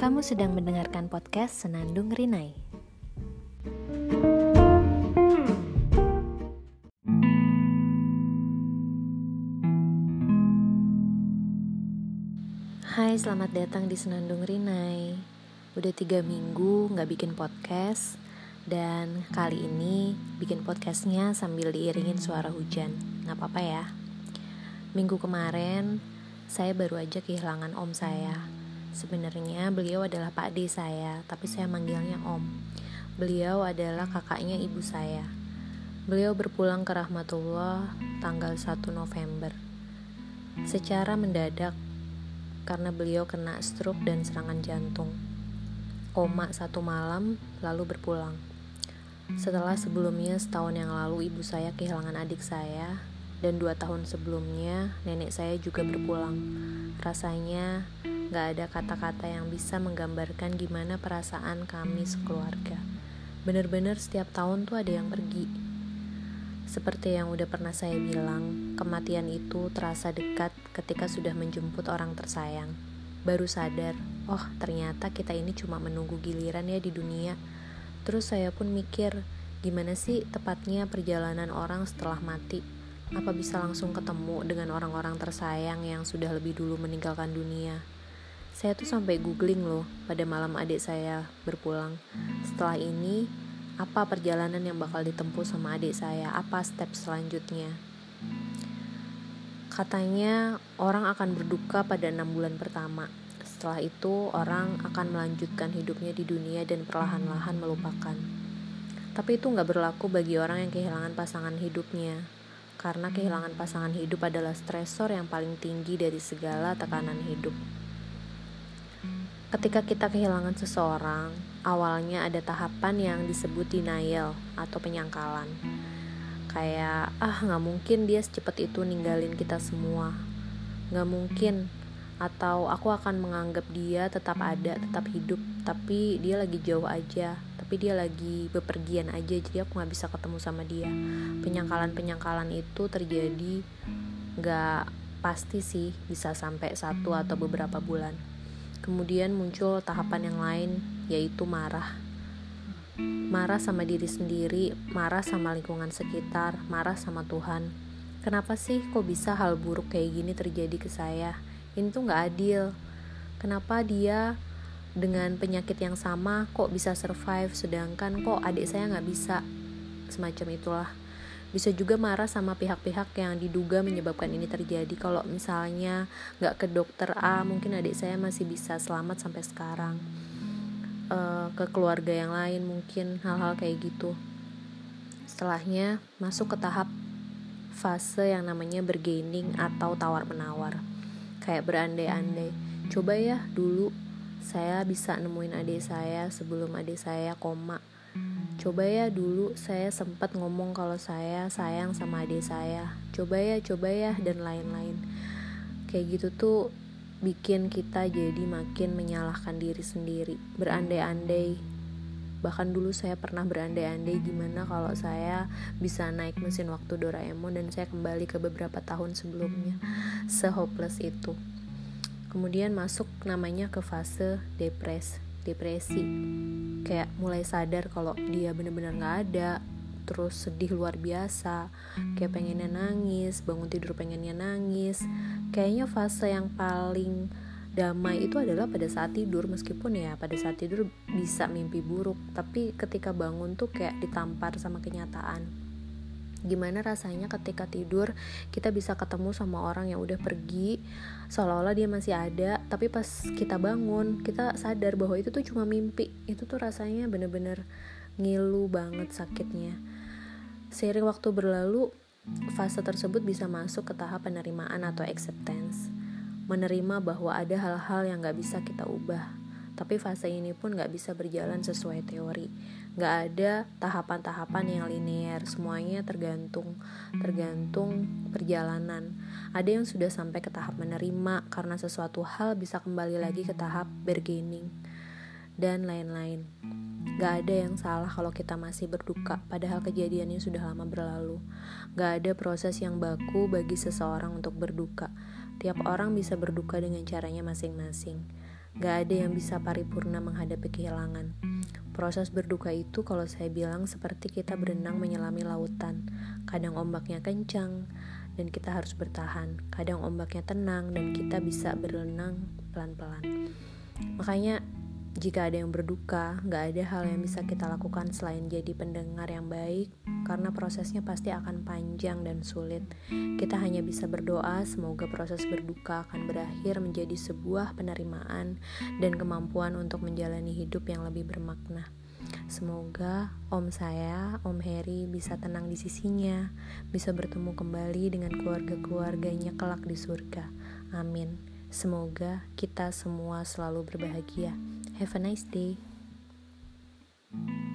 Kamu sedang mendengarkan podcast Senandung Rinai. Hai, selamat datang di Senandung Rinai. Udah 3 minggu gak bikin podcast, dan kali ini bikin podcastnya sambil diiringin suara hujan. Gak apa-apa ya. Minggu kemarin saya baru aja kehilangan om saya. Sebenarnya beliau adalah Pak D saya, tapi saya manggilnya Om. Beliau adalah kakaknya ibu saya. Beliau berpulang ke rahmatullah tanggal 1 November. Secara mendadak, karena beliau kena stroke dan serangan jantung. Koma 1 malam, lalu berpulang. Setelah sebelumnya setahun yang lalu ibu saya kehilangan adik saya, dan 2 tahun sebelumnya nenek saya juga berpulang. Rasanya gak ada kata-kata yang bisa menggambarkan gimana perasaan kami sekeluarga. Bener-bener setiap tahun tuh ada yang pergi. Seperti yang udah pernah saya bilang, kematian itu terasa dekat ketika sudah menjemput orang tersayang. Baru sadar, oh ternyata kita ini cuma menunggu giliran ya di dunia. Terus saya pun mikir, gimana sih tepatnya perjalanan orang setelah mati? Apa bisa langsung ketemu dengan orang-orang tersayang yang sudah lebih dulu meninggalkan dunia? Saya tuh sampai googling loh pada malam adik saya berpulang. Setelah ini, apa perjalanan yang bakal ditempuh sama adik saya? Apa step selanjutnya? Katanya orang akan berduka pada 6 bulan pertama. Setelah itu, orang akan melanjutkan hidupnya di dunia dan perlahan-lahan melupakan. Tapi itu gak berlaku bagi orang yang kehilangan pasangan hidupnya. Karena kehilangan pasangan hidup adalah stresor yang paling tinggi dari segala tekanan hidup. Ketika kita kehilangan seseorang, awalnya ada tahapan yang disebut denial atau penyangkalan. Kayak, gak mungkin dia secepat itu ninggalin kita semua. Gak mungkin. Atau aku akan menganggap dia tetap ada, tetap hidup, tapi dia lagi jauh aja. Tapi dia lagi bepergian aja, jadi aku gak bisa ketemu sama dia. Penyangkalan-penyangkalan itu terjadi gak pasti sih, bisa sampai 1 atau beberapa bulan. Kemudian muncul tahapan yang lain, yaitu marah. Marah sama diri sendiri, marah sama lingkungan sekitar, marah sama Tuhan. Kenapa sih kok bisa hal buruk kayak gini terjadi ke saya? Ini tuh gak adil. Kenapa dia dengan penyakit yang sama kok bisa survive, sedangkan kok adik saya gak bisa? Semacam itulah. Bisa juga marah sama pihak-pihak yang diduga menyebabkan ini terjadi. Kalau misalnya gak ke dokter A, mungkin adik saya masih bisa selamat sampai sekarang. Ke keluarga yang lain mungkin hal-hal kayak gitu. Setelahnya masuk ke tahap fase yang namanya bargaining atau tawar-menawar. Kayak berandai-andai, coba ya dulu saya bisa nemuin adik saya sebelum adik saya koma. Coba ya dulu saya sempat ngomong kalau saya sayang sama adik saya. Coba ya, dan lain-lain. Kayak gitu tuh bikin kita jadi makin menyalahkan diri sendiri. Berandai-andai. Bahkan dulu saya pernah berandai-andai gimana kalau saya bisa naik mesin waktu Doraemon dan saya kembali ke beberapa tahun sebelumnya. Se-hopeless itu. Kemudian masuk namanya ke fase depresi. Kayak mulai sadar kalau dia benar-benar gak ada, terus sedih luar biasa, kayak pengennya nangis, bangun tidur pengennya nangis. Kayaknya fase yang paling damai itu adalah pada saat tidur, meskipun ya pada saat tidur bisa mimpi buruk, tapi ketika bangun tuh kayak ditampar sama kenyataan. Gimana rasanya ketika tidur kita bisa ketemu sama orang yang udah pergi, seolah-olah dia masih ada, tapi pas kita bangun kita sadar bahwa itu tuh cuma mimpi. Itu tuh rasanya bener-bener ngilu banget sakitnya. Seiring waktu berlalu, fase tersebut bisa masuk ke tahap penerimaan atau acceptance. Menerima bahwa ada hal-hal yang gak bisa kita ubah. Tapi fase ini pun gak bisa berjalan sesuai teori. Gak ada tahapan-tahapan yang linear. Semuanya tergantung perjalanan. Ada yang sudah sampai ke tahap menerima karena sesuatu hal bisa kembali lagi ke tahap bargaining, dan lain-lain. Gak ada yang salah kalau kita masih berduka, padahal kejadiannya sudah lama berlalu. Gak ada proses yang baku bagi seseorang untuk berduka. Tiap orang bisa berduka dengan caranya masing-masing. Gak ada yang bisa paripurna menghadapi kehilangan. Proses berduka itu kalau saya bilang seperti kita berenang menyelami lautan. Kadang ombaknya kencang dan kita harus bertahan. Kadang ombaknya tenang dan kita bisa berenang pelan-pelan. Makanya jika ada yang berduka, gak ada hal yang bisa kita lakukan selain jadi pendengar yang baik, karena prosesnya pasti akan panjang dan sulit. Kita hanya bisa berdoa semoga proses berduka akan berakhir menjadi sebuah penerimaan dan kemampuan untuk menjalani hidup yang lebih bermakna. Semoga om saya, Om Heri bisa tenang di sisinya, bisa bertemu kembali dengan keluarga-keluarganya kelak di surga. Amin. Semoga kita semua selalu berbahagia. Have a nice day.